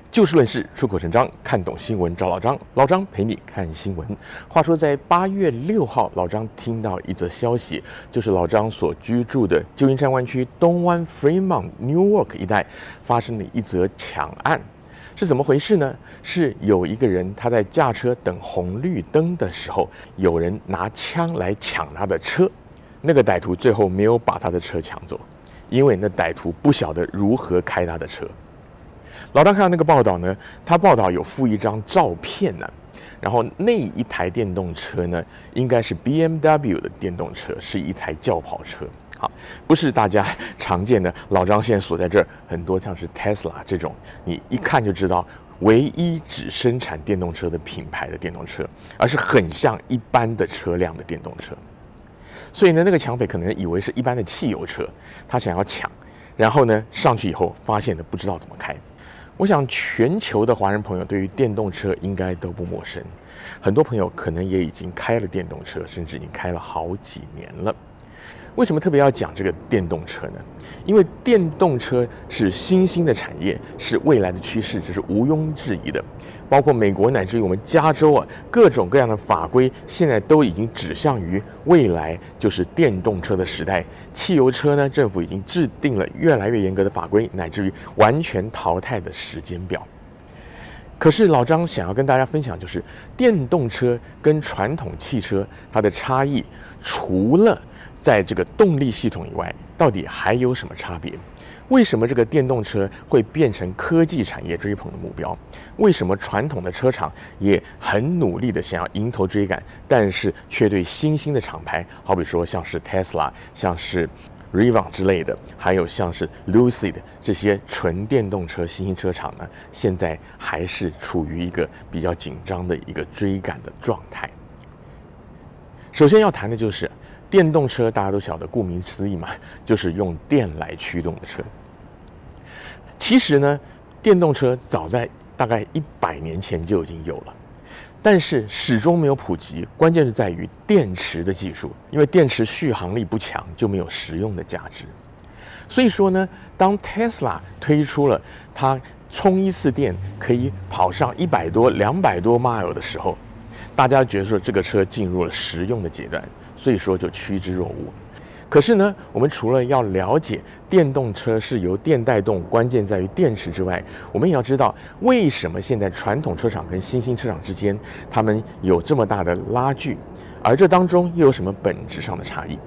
就事论事，出口成章，看懂新闻找老张。老张陪你看新闻。话说，在8月6号，老张听到一则消息，就是老张所居住的旧金山湾区东湾 Fremont、Newark 一带发生了一则抢案。是怎么回事呢？是有一个人他在驾车等红绿灯的时候，有人拿枪来抢他的车。那个歹徒最后没有把他的车抢走，因为那歹徒不晓得如何开他的车。老张看到那个报道呢，他报道有附一张照片呢，然后那一台电动车呢，应该是 BMW 的电动车，是一台轿跑车。好，不是大家常见的老张现在所在这儿很多像是 Tesla 这种，你一看就知道唯一只生产电动车的品牌的电动车，而是很像一般的车辆的电动车。所以呢，那个抢匪可能以为是一般的汽油车，他想要抢，然后呢上去以后发现了不知道怎么开。我想全球的华人朋友对于电动车应该都不陌生，很多朋友可能也已经开了电动车，甚至已经开了好几年了。为什么特别要讲这个电动车呢？因为电动车是新兴的产业，是未来的趋势，这是毋庸置疑的。包括美国乃至于我们加州啊，各种各样的法规现在都已经指向于未来就是电动车的时代。汽油车呢，政府已经制定了越来越严格的法规，乃至于完全淘汰的时间表。可是老张想要跟大家分享，就是电动车跟传统汽车它的差异，除了在这个动力系统以外，到底还有什么差别？为什么这个电动车会变成科技产业追捧的目标？为什么传统的车厂也很努力的想要迎头追赶，但是却对新兴的厂牌，好比说像是 Tesla、像是 Rivian 之类的，还有像是 Lucid 这些纯电动车新兴车厂呢，现在还是处于一个比较紧张的一个追赶的状态？首先要谈的就是电动车，大家都晓得，顾名思义嘛，就是用电来驱动的车。其实呢，电动车早在大概100年前就已经有了，但是始终没有普及。关键是在于电池的技术，因为电池续航力不强，就没有实用的价值。所以说呢，当 Tesla 推出了它充一次电可以跑上100多、200多 mile 的时候，大家觉得说这个车进入了实用的阶段，所以说就趋之若鹜。可是呢，我们除了要了解电动车是由电带动，关键在于电池之外，我们也要知道为什么现在传统车厂跟新兴车厂之间，他们有这么大的拉锯，而这当中又有什么本质上的差异？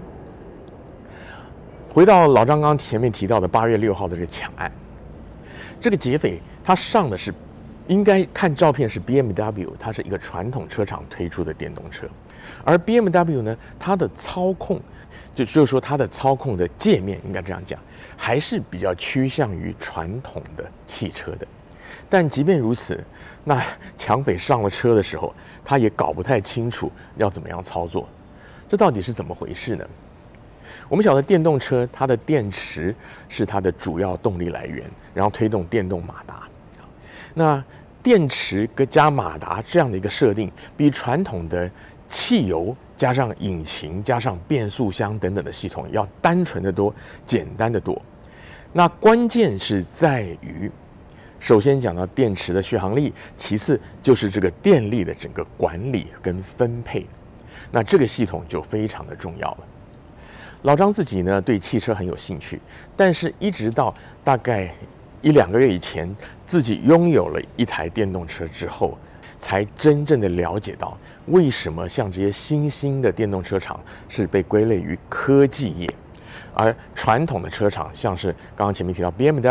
回到老张刚前面提到的8月6号的这个抢案，这个劫匪他上的是，应该看照片是 BMW， 它是一个传统车厂推出的电动车，而 BMW 呢，它的操控，就是说它的操控的界面，应该这样讲，还是比较趋向于传统的汽车的。但即便如此，那抢匪上了车的时候，他也搞不太清楚要怎么样操作，这到底是怎么回事呢？我们晓得电动车它的电池是它的主要动力来源，然后推动电动马达。那电池跟加马达这样的一个设定，比传统的汽油加上引擎加上变速箱等等的系统要单纯的多，简单的多。那关键是在于，首先讲到电池的续航力，其次就是这个电力的整个管理跟分配，那这个系统就非常的重要了。老张自己呢对汽车很有兴趣，但是一直到大概1、2个月以前，自己拥有了一台电动车之后，才真正的了解到为什么像这些新兴的电动车厂是被归类于科技业，而传统的车厂像是刚刚前面提到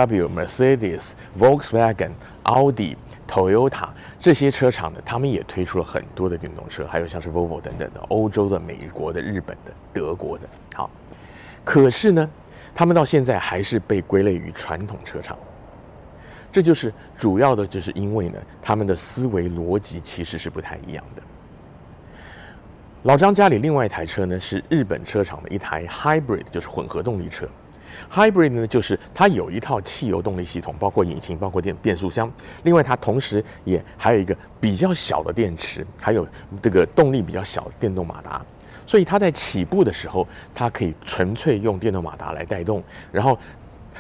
BMW、Mercedes、Volkswagen、Audi、Toyota 这些车厂呢，他们也推出了很多的电动车，还有像是 Volvo 等等的欧洲的、美国的、日本的、德国的。好，可是呢，他们到现在还是被归类于传统车厂。这就是主要的，就是因为呢，他们的思维逻辑其实是不太一样的。老张家里另外一台车呢，是日本车厂的一台 hybrid， 就是混合动力车。hybrid 呢，就是它有一套汽油动力系统，包括引擎，包括变速箱。另外，它同时也还有一个比较小的电池，还有这个动力比较小的电动马达。所以它在起步的时候，它可以纯粹用电动马达来带动，然后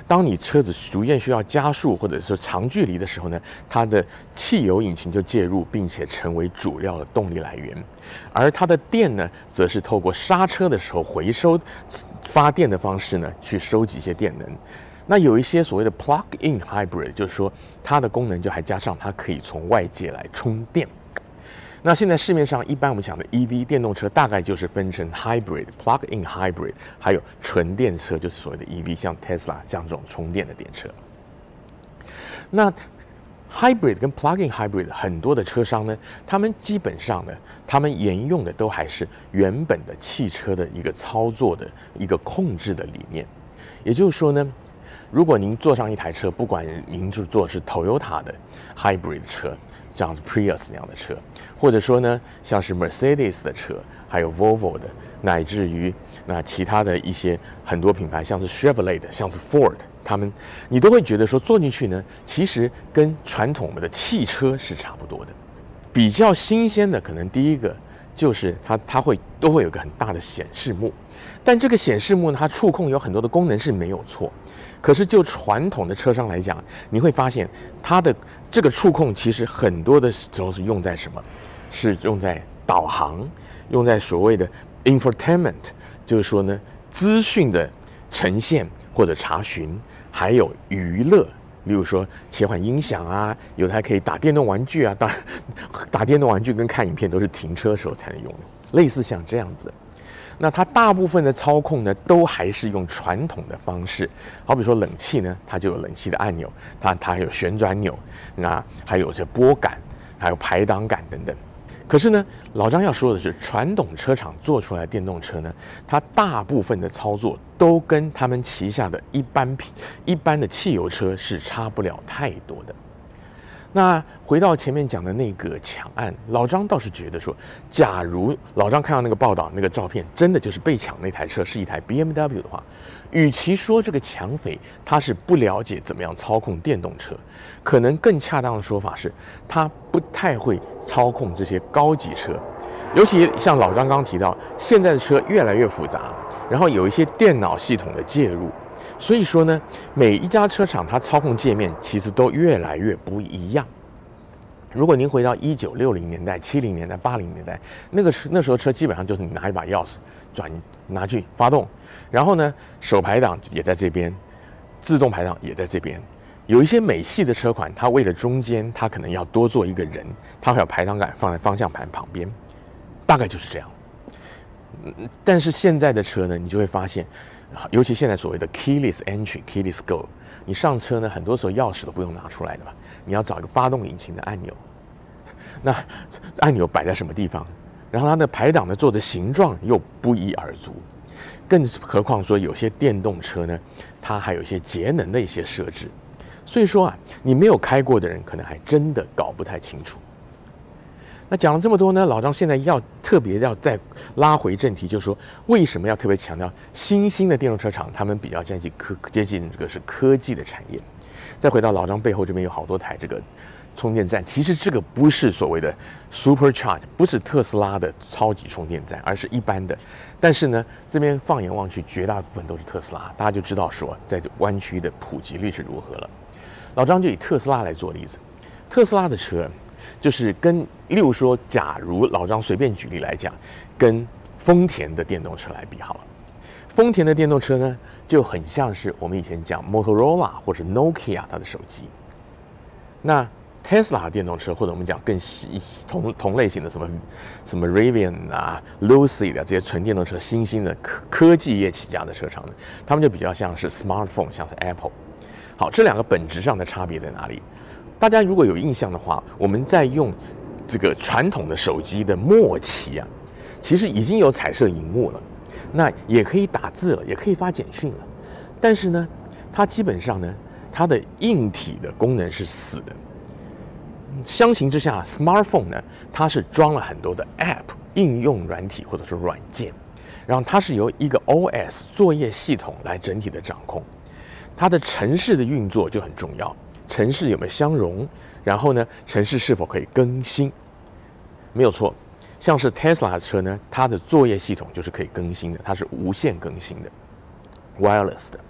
当你车子逐渐需要加速或者是长距离的时候呢，它的汽油引擎就介入，并且成为主要的动力来源。而它的电呢，则是透过刹车的时候回收发电的方式呢，去收集一些电能。那有一些所谓的 plug-in hybrid， 就是说它的功能就还加上它可以从外界来充电。那现在市面上一般我们讲的 EV 电动车，大概就是分成 hybrid、plug-in hybrid， 还有纯电车，就是所谓的 EV， 像 Tesla 像这种充电的电车。那 hybrid 跟 plug-in hybrid 很多的车商呢，他们基本上呢，他们沿用的都还是原本的汽车的一个操作的一个控制的理念。也就是说呢，如果您坐上一台车，不管您是坐的是 Toyota 的 hybrid 车，像是 Prius 那样的车，或者说呢，像是 Mercedes 的车，还有 Volvo 的，乃至于那其他的一些很多品牌，像是 Chevrolet 的，像是 Ford， 他们你都会觉得说坐进去呢，其实跟传统的汽车是差不多的。比较新鲜的，可能第一个就是它都会有一个很大的显示幕，但这个显示幕呢，它触控有很多的功能是没有错。可是就传统的车商来讲，你会发现它的这个触控其实很多的时候是用在什么？是用在导航，用在所谓的 infotainment， 就是说呢，资讯的呈现或者查询，还有娱乐，例如说切换音响啊，有的还可以打电动玩具啊。当然，打电动玩具跟看影片都是停车时候才能用的，类似像这样子。那它大部分的操控呢，都还是用传统的方式，好比说冷气呢，它就有冷气的按钮，它还有旋转钮，那还有这拨杆，还有排挡杆等等。可是呢，老张要说的是，传统车厂做出来的电动车呢，它大部分的操作都跟他们旗下的一般的汽油车是差不了太多的。那回到前面讲的那个抢案，老张倒是觉得说，假如老张看到那个报道、那个照片，真的就是被抢那台车是一台 BMW 的话，与其说这个抢匪他是不了解怎么样操控电动车，可能更恰当的说法是，他不太会操控这些高级车。尤其像老张刚刚提到，现在的车越来越复杂，然后有一些电脑系统的介入。所以说呢，每一家车厂它操控界面其实都越来越不一样。如果您回到1960年代、70年代、80年代，那时候车基本上就是你拿一把钥匙拿去发动，然后呢手排档也在这边，自动排档也在这边。有一些美系的车款，它为了中间，它可能要多做一个人，它会有排挡杆放在方向盘旁边，大概就是这样。但是现在的车呢，你就会发现。尤其现在所谓的 keyless entry、keyless go， 你上车呢，很多时候钥匙都不用拿出来的吧？你要找一个发动引擎的按钮，那按钮摆在什么地方？然后它的排档的做的形状又不一而足，更何况说有些电动车呢，它还有一些节能的一些设置，所以说啊，你没有开过的人，可能还真的搞不太清楚。那讲了这么多呢，老张现在特别要再拉回正题，就是说为什么要特别强调新兴的电动车厂，他们比较接近这个是科技的产业。再回到老张背后这边有好多台这个充电站，其实这个不是所谓的 supercharge， 不是特斯拉的超级充电站，而是一般的。但是呢，这边放眼望去，绝大部分都是特斯拉，大家就知道说在湾区的普及率是如何了。老张就以特斯拉来做例子，特斯拉的车。就是例如说，假如老张随便举例来讲，跟丰田的电动车来比好了。丰田的电动车呢，就很像是我们以前讲 Motorola 或者 Nokia 它的手机。那 Tesla 的电动车，或者我们讲更同类型的什么 Rivian 啊、Lucid 啊这些纯电动车，新兴的科技业起家的车厂呢，他们就比较像是 smartphone， 像是 Apple。好，这两个本质上的差别在哪里？大家如果有印象的话，我们在用这个传统的手机的末期啊，其实已经有彩色萤幕了，那也可以打字了，也可以发简讯了。但是呢，它基本上呢，它的硬体的功能是死的。相形之下 ，smartphone 呢，它是装了很多的 app 应用软体或者说软件，然后它是由一个 OS 作业系统来整体的掌控，它的程式的运作就很重要。程式有没有相容？然后呢，程式是否可以更新？没有错，像是 Tesla 的车呢，它的作业系统就是可以更新的，它是无线更新的 ，wireless 的。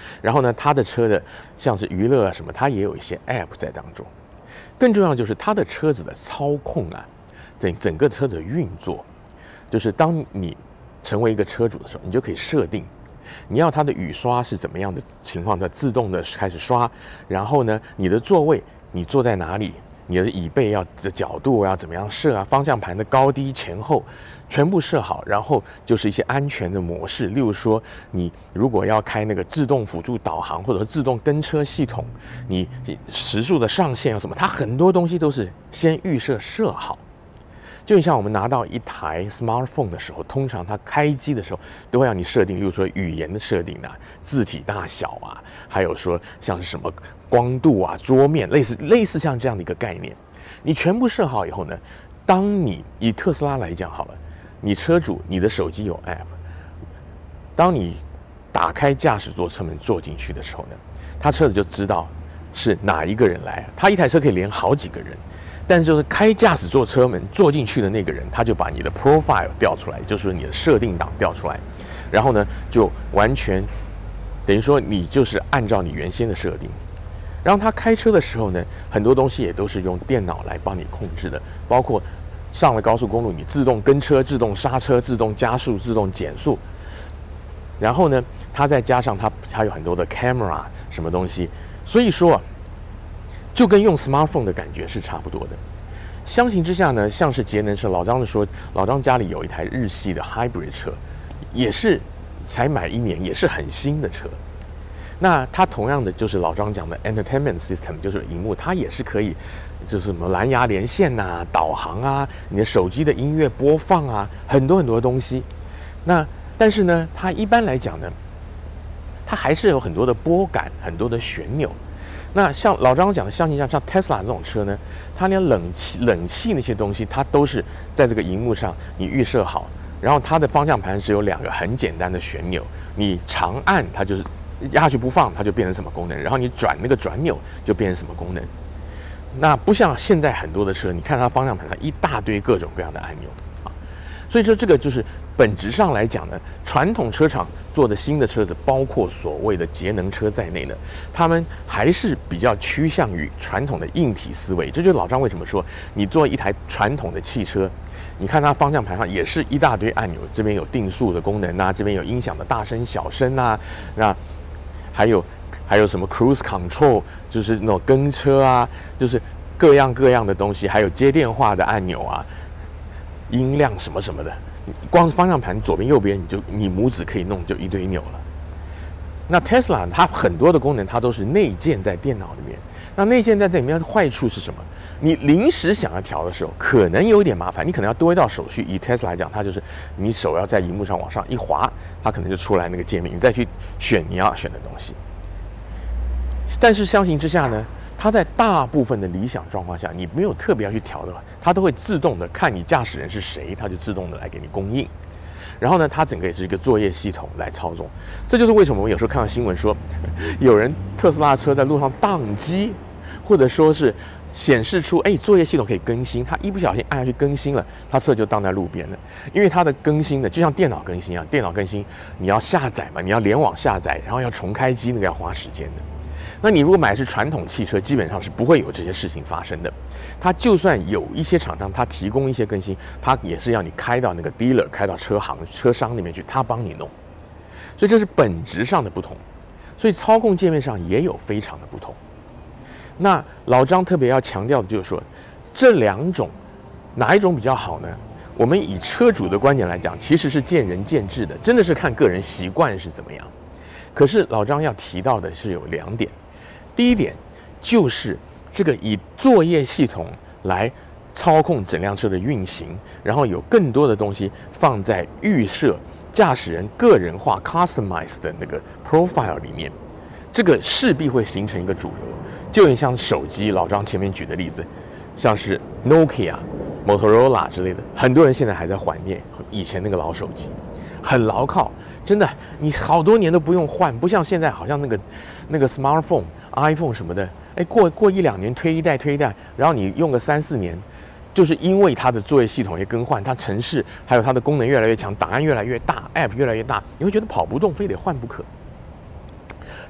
然后呢，它的车的像是娱乐啊什么，它也有一些 App 在当中。更重要的就是它的车子的操控啊，整个车子的运作，就是当你成为一个车主的时候，你就可以设定你要它的雨刷是怎么样的情况，它自动的开始刷。然后呢，你的座位你坐在哪里，你的椅背的角度要怎么样设啊，方向盘的高低前后全部设好。然后就是一些安全的模式，例如说你如果要开那个自动辅助导航或者是自动跟车系统，你时速的上限有什么，它很多东西都是先预设好。就像我们拿到一台 smartphone 的时候，通常它开机的时候都会让你设定，例如说语言的设定啊、字体大小啊，还有说像是什么光度啊、桌面，类似像这样的一个概念，你全部设好以后呢，当你以特斯拉来讲好了，你车主你的手机有 app， 当你打开驾驶座车门坐进去的时候呢，它车子就知道是哪一个人来，它一台车可以连好几个人。但是就是开驾驶座车门坐进去的那个人，他就把你的 profile 调出来，就是你的设定档调出来，然后呢就完全等于说你就是按照你原先的设定。然后他开车的时候呢，很多东西也都是用电脑来帮你控制的，包括上了高速公路，你自动跟车、自动刹车、自动加速、自动减速。然后呢，它再加上它有很多的 camera 什么东西，所以说就跟用 smartphone 的感觉是差不多的。相形之下呢，像是节能车，老张说，老张家里有一台日系的 hybrid 车，也是才买1年，也是很新的车。那它同样的就是老张讲的 entertainment system， 就是荧幕，它也是可以，就是什么蓝牙连线啊、导航啊、你的手机的音乐播放啊，很多的东西。那但是呢，它一般来讲呢，它还是有很多的拨杆、很多的旋钮。那像老张讲的，像 Tesla 这种车呢，它连冷气那些东西，它都是在这个荧幕上你预设好，然后它的方向盘只有2个很简单的旋钮，你长按它就是压下去不放，它就变成什么功能，然后你转那个转钮就变成什么功能。那不像现在很多的车，你看它方向盘上一大堆各种各样的按钮啊，所以说这个就是本质上来讲呢，传统车厂做的新的车子，包括所谓的节能车在内呢，他们还是比较趋向于传统的硬体思维。这就是老张为什么说，你做一台传统的汽车，你看它方向盘上也是一大堆按钮，这边有定速的功能啊，这边有音响的大声小声啊，那还有什么 cruise control， 就是那种跟车啊，就是各样的东西，还有接电话的按钮啊，音量什么什么的。光是方向盘左边右边，你拇指可以弄就一堆钮了。那 Tesla 它很多的功能它都是内建在电脑里面。那内建在这里面的坏处是什么？你临时想要调的时候，可能有一点麻烦，你可能要多一道手续。以 Tesla 来讲，它就是你手要在荧幕上往上一滑，它可能就出来那个界面，你再去选你要选的东西。但是相形之下呢，它在大部分的理想状况下，你没有特别要去调的话，它都会自动的看你驾驶人是谁，它就自动的来给你供应。然后呢，它整个也是一个作业系统来操纵。这就是为什么我有时候看到新闻说，有人特斯拉车在路上宕机，或者说是显示出作业系统可以更新，他一不小心按下去更新了，他车就荡在路边了。因为它的更新呢，就像电脑更新一样，电脑更新你要下载嘛，你要联网下载，然后要重开机，那个要花时间的。那你如果买的是传统汽车，基本上是不会有这些事情发生的。它就算有一些厂商，它提供一些更新，它也是要你开到那个 dealer， 开到车行、车商那边去，他帮你弄。所以这是本质上的不同。所以操控界面上也有非常的不同。那老张特别要强调的就是说，这2种哪一种比较好呢？我们以车主的观点来讲，其实是见仁见智的，真的是看个人习惯是怎么样。可是老张要提到的是有2点。第一点就是这个以作业系统来操控整辆车的运行，然后有更多的东西放在预设驾驶人个人化 customize 的那个 profile 里面，这个势必会形成一个主流。就有点像手机，老张前面举的例子，像是 Nokia、Motorola 之类的，很多人现在还在怀念以前那个老手机，很牢靠，真的，你好多年都不用换，不像现在好像那个 smartphone、iPhone 什么的，过1-2年推一代，然后你用个3-4年，就是因为它的作业系统也更换，它程式还有它的功能越来越强，档案越来越大 ，App 越来越大，你会觉得跑不动，非得换不可。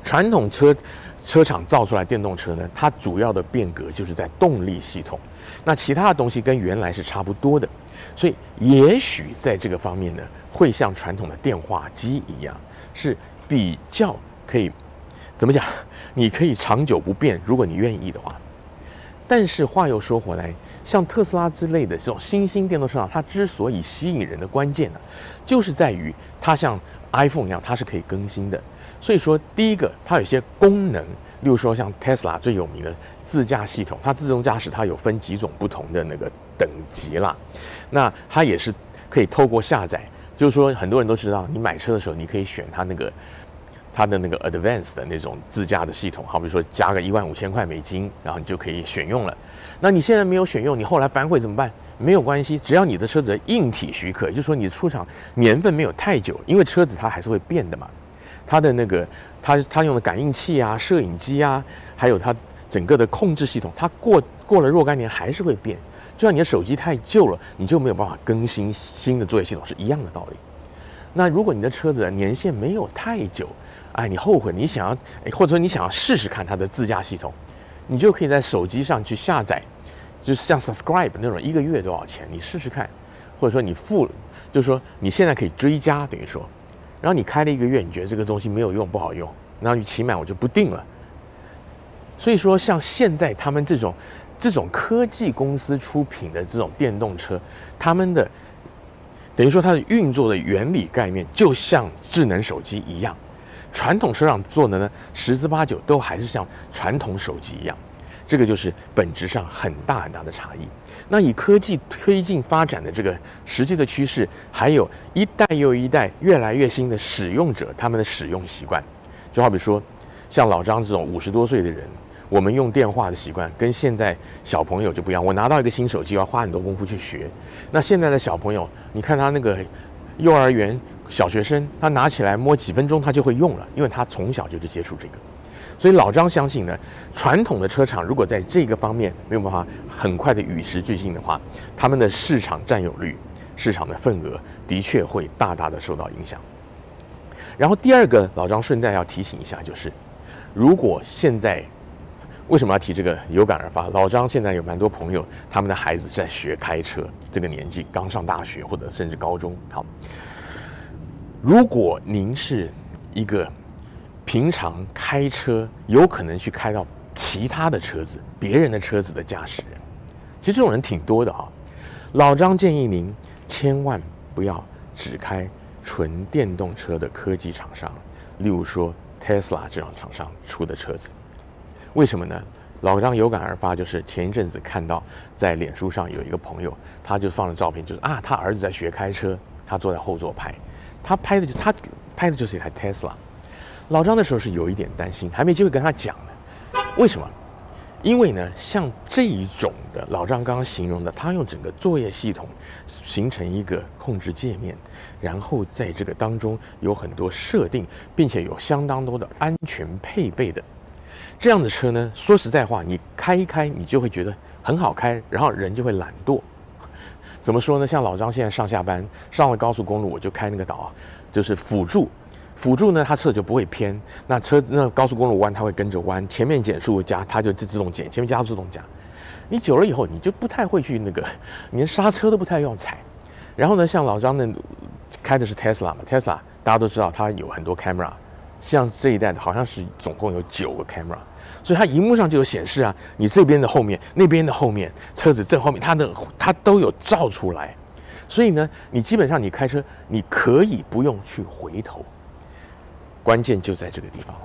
传统车厂造出来电动车呢，它主要的变革就是在动力系统，那其他的东西跟原来是差不多的，所以也许在这个方面呢，会像传统的电话机一样，是比较可以怎么讲？你可以长久不变，如果你愿意的话。但是话又说回来，像特斯拉之类的这种新兴电动车厂，它之所以吸引人的关键呢，就是在于它像 iPhone 一样，它是可以更新的。所以说，第一个，它有一些功能，例如说像 Tesla 最有名的自驾系统，它自动驾驶它有分几种不同的那个等级啦。那它也是可以透过下载，就是说很多人都知道，你买车的时候你可以选它的那个 advanced 的那种自驾的系统，好比说加个15000块美金，然后你就可以选用了。那你现在没有选用，你后来反悔怎么办？没有关系，只要你的车子的硬体许可，也就是说你的出厂年份没有太久，因为车子它还是会变的嘛。它的那个它用的感应器啊、摄影机啊，还有它整个的控制系统，它过了若干年还是会变。就像你的手机太旧了，你就没有办法更新新的作业系统是一样的道理。那如果你的车子的年限没有太久，哎，你后悔，你想要，或者说你想要试试看它的自驾系统，你就可以在手机上去下载，就是像 Subscribe 那种1个月多少钱，你试试看，或者说你就是说你现在可以追加，等于说，然后你开了1个月，你觉得这个东西没有用，不好用，然后你期满我就不定了。所以说，像现在他们这种科技公司出品的这种电动车，他们的等于说它的运作的原理概念就像智能手机一样。传统车厂做的呢，10之8九都还是像传统手机一样，这个就是本质上很大的差异。那以科技推进发展的这个实际的趋势，还有一代又一代越来越新的使用者他们的使用习惯，就好比说像老张这种50多岁的人，我们用电话的习惯跟现在小朋友就不一样。我拿到一个新手机，要花很多功夫去学。那现在的小朋友，你看他那个幼儿园小学生，他拿起来摸几分钟他就会用了，因为他从小就接触这个。所以老张相信呢，传统的车厂如果在这个方面没有办法很快的与时俱进的话，他们的市场占有率、市场的份额的确会大大的受到影响。然后第二个，老张顺带要提醒一下，就是如果现在为什么要提这个？有感而发。老张现在有蛮多朋友，他们的孩子在学开车，这个年纪刚上大学或者甚至高中。好，如果您是一个平常开车有可能去开到其他的车子、别人的车子的驾驶人，其实这种人挺多的啊。老张建议您千万不要只开纯电动车的科技厂商，例如说 Tesla 这种厂商出的车子。为什么呢？老张有感而发，就是前一阵子看到在脸书上有一个朋友，他就放了照片，就是他儿子在学开车，他坐在后座拍，他拍的就是一台 Tesla。老张那时候是有一点担心，还没机会跟他讲呢。为什么？因为呢，像这一种的，老张刚刚形容的，他用整个作业系统形成一个控制界面，然后在这个当中有很多设定，并且有相当多的安全配备的。这样的车呢，说实在话，你开一开，你就会觉得很好开，然后人就会懒惰。怎么说呢？像老张现在上下班上了高速公路，我就开那个岛，就是辅助呢，它车就不会偏。那高速公路弯，它会跟着弯，前面减速加，它就自动减，前面加速自动加。你久了以后，你就不太会去你连刹车都不太用踩。然后呢，像老张呢，开的是 Tesla 嘛 ，Tesla 大家都知道它有很多 camera。像这一代的好像是总共有9个 camera， 所以它荧幕上就有显示啊，你这边的后面、那边的后面、车子正后面，它都有照出来。所以呢，你基本上你开车，你可以不用去回头。关键就在这个地方。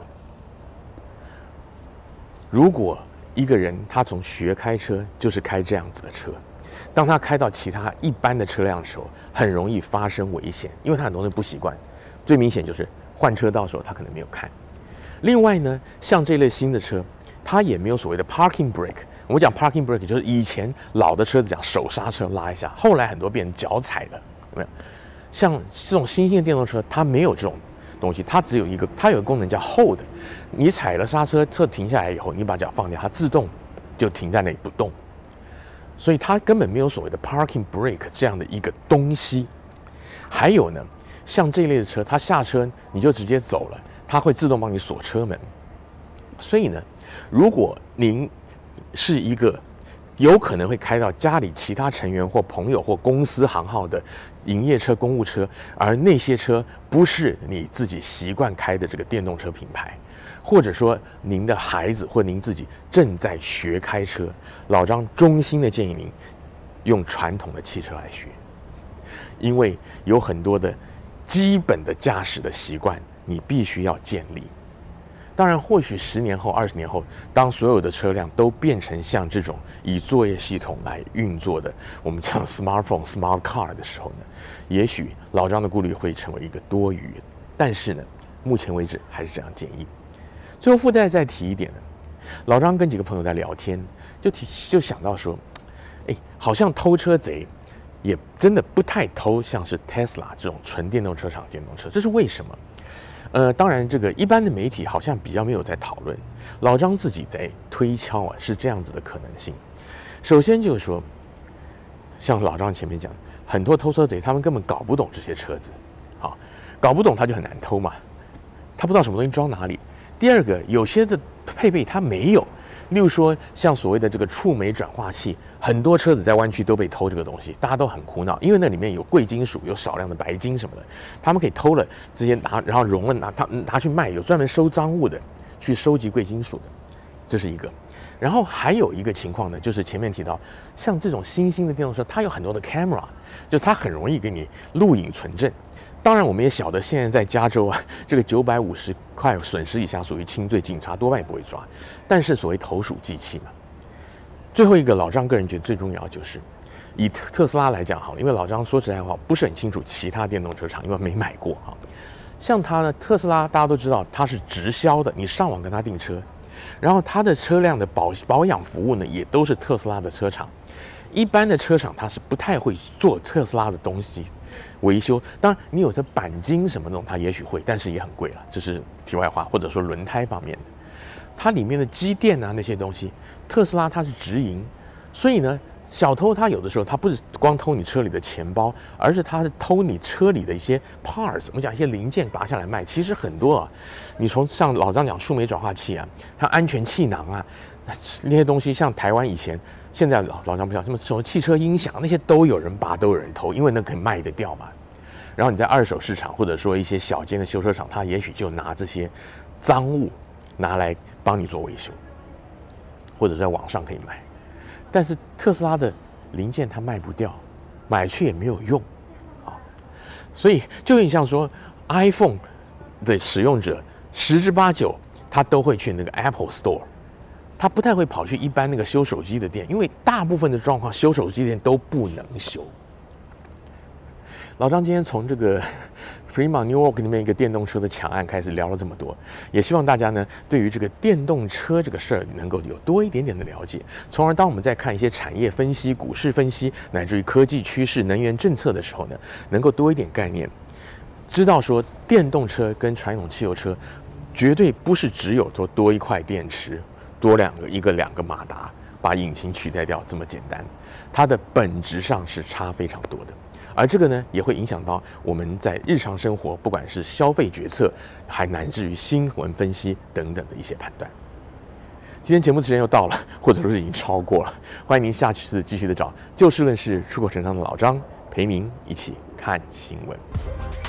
如果一个人他从学开车就是开这样子的车，当他开到其他一般的车辆的时候，很容易发生危险，因为他很多人不习惯。最明显就是换车道的时候，他可能没有看。另外呢，像这类新的车，它也没有所谓的 parking brake。我们讲 parking brake 就是以前老的车子讲手刹车拉一下，后来很多变成脚踩的，有没有？像这种新兴的电动车，它没有这种东西，它有一个功能叫 hold。你踩了刹车，车停下来以后，你把脚放掉，它自动就停在那里不动。所以它根本没有所谓的 parking brake 这样的一个东西。还有呢，像这一类的车，它下车你就直接走了， 它会自动帮你锁车门。所以呢，如果您是一个有可能会开到家里其他成员或朋友或公司行号的营业车、公务车，而那些车不是你自己习惯开的这个电动车品牌，或者说您的孩子或您自己正在学开车，老张衷心的建议您用传统的汽车来学，因为有很多的基本的驾驶的习惯你必须要建立。当然，或许10年后、20年后，当所有的车辆都变成像这种以作业系统来运作的，我们叫 smartphone、smart car 的时候呢，也许老张的顾虑会成为一个多余的。但是呢，目前为止还是这样建议。最后附带再提一点呢，老张跟几个朋友在聊天，就想到说，好像偷车贼也真的不太偷，像是 Tesla 这种纯电动车厂电动车，这是为什么？当然，这个一般的媒体好像比较没有在讨论，老张自己在推敲啊，是这样子的可能性。首先就是说，像老张前面讲，很多偷车贼他们根本搞不懂这些车子，好，搞不懂他就很难偷嘛，他不知道什么东西装哪里。第二个，有些的配备它没有，例如说像所谓的这个触媒转化器，很多车子在湾区都被偷这个东西，大家都很苦恼，因为那里面有贵金属，有少量的白金什么的，他们可以偷了这些然后熔了拿去卖，有专门收赃物的，去收集贵金属的，这是一个。然后还有一个情况呢，就是前面提到，像这种新兴的电动车，它有很多的 camera， 就它很容易给你录影存证。当然，我们也晓得，现在在加州啊，这个950块损失以下属于轻罪，警察多半也不会抓。但是所谓投鼠忌器嘛。最后一个，老张个人觉得最重要就是以特斯拉来讲好了，因为老张说实在话不是很清楚其他电动车厂，因为没买过啊。像它呢，特斯拉大家都知道它是直销的，你上网跟它订车，然后它的车辆的保养服务呢，也都是特斯拉的车厂。一般的车厂它是不太会做特斯拉的东西。维修，当然你有这钣金什么那种，它也许会，但是也很贵了，这是题外话。或者说轮胎方面的，它里面的机电啊那些东西，特斯拉它是直营，所以呢，小偷他有的时候他不是光偷你车里的钱包，而是他是偷你车里的一些 parts， 我们讲一些零件拔下来卖。其实很多啊，你从像老张讲触媒转化器啊，它安全气囊啊那些东西，像台湾以前。现在老张不晓得什么汽车音响那些都有人拔，都有人偷，因为那可以卖得掉嘛。然后你在二手市场或者说一些小间的修车厂，他也许就拿这些赃物拿来帮你做维修，或者在网上可以卖。但是特斯拉的零件它卖不掉，买去也没有用啊。所以就有点像说 iPhone 的使用者10之8九他都会去那个 Apple Store。他不太会跑去一般那个修手机的店，因为大部分的状况修手机店都不能修。老张今天从这个 Fremont Newark 里面一个电动车的抢案开始聊了这么多，也希望大家呢对于这个电动车这个事儿能够有多一点点的了解，从而当我们在看一些产业分析、股市分析，乃至于科技趋势、能源政策的时候呢，能够多一点概念，知道说电动车跟传统汽油车绝对不是只有说多一块电池。多一个2个马达把引擎取代掉这么简单，它的本质上是差非常多的，而这个呢也会影响到我们在日常生活，不管是消费决策，还乃至于新闻分析等等的一些判断。今天节目时间又到了，或者说是已经超过了，欢迎您下次继续的找就事论事、出口成章的老张陪您一起看新闻。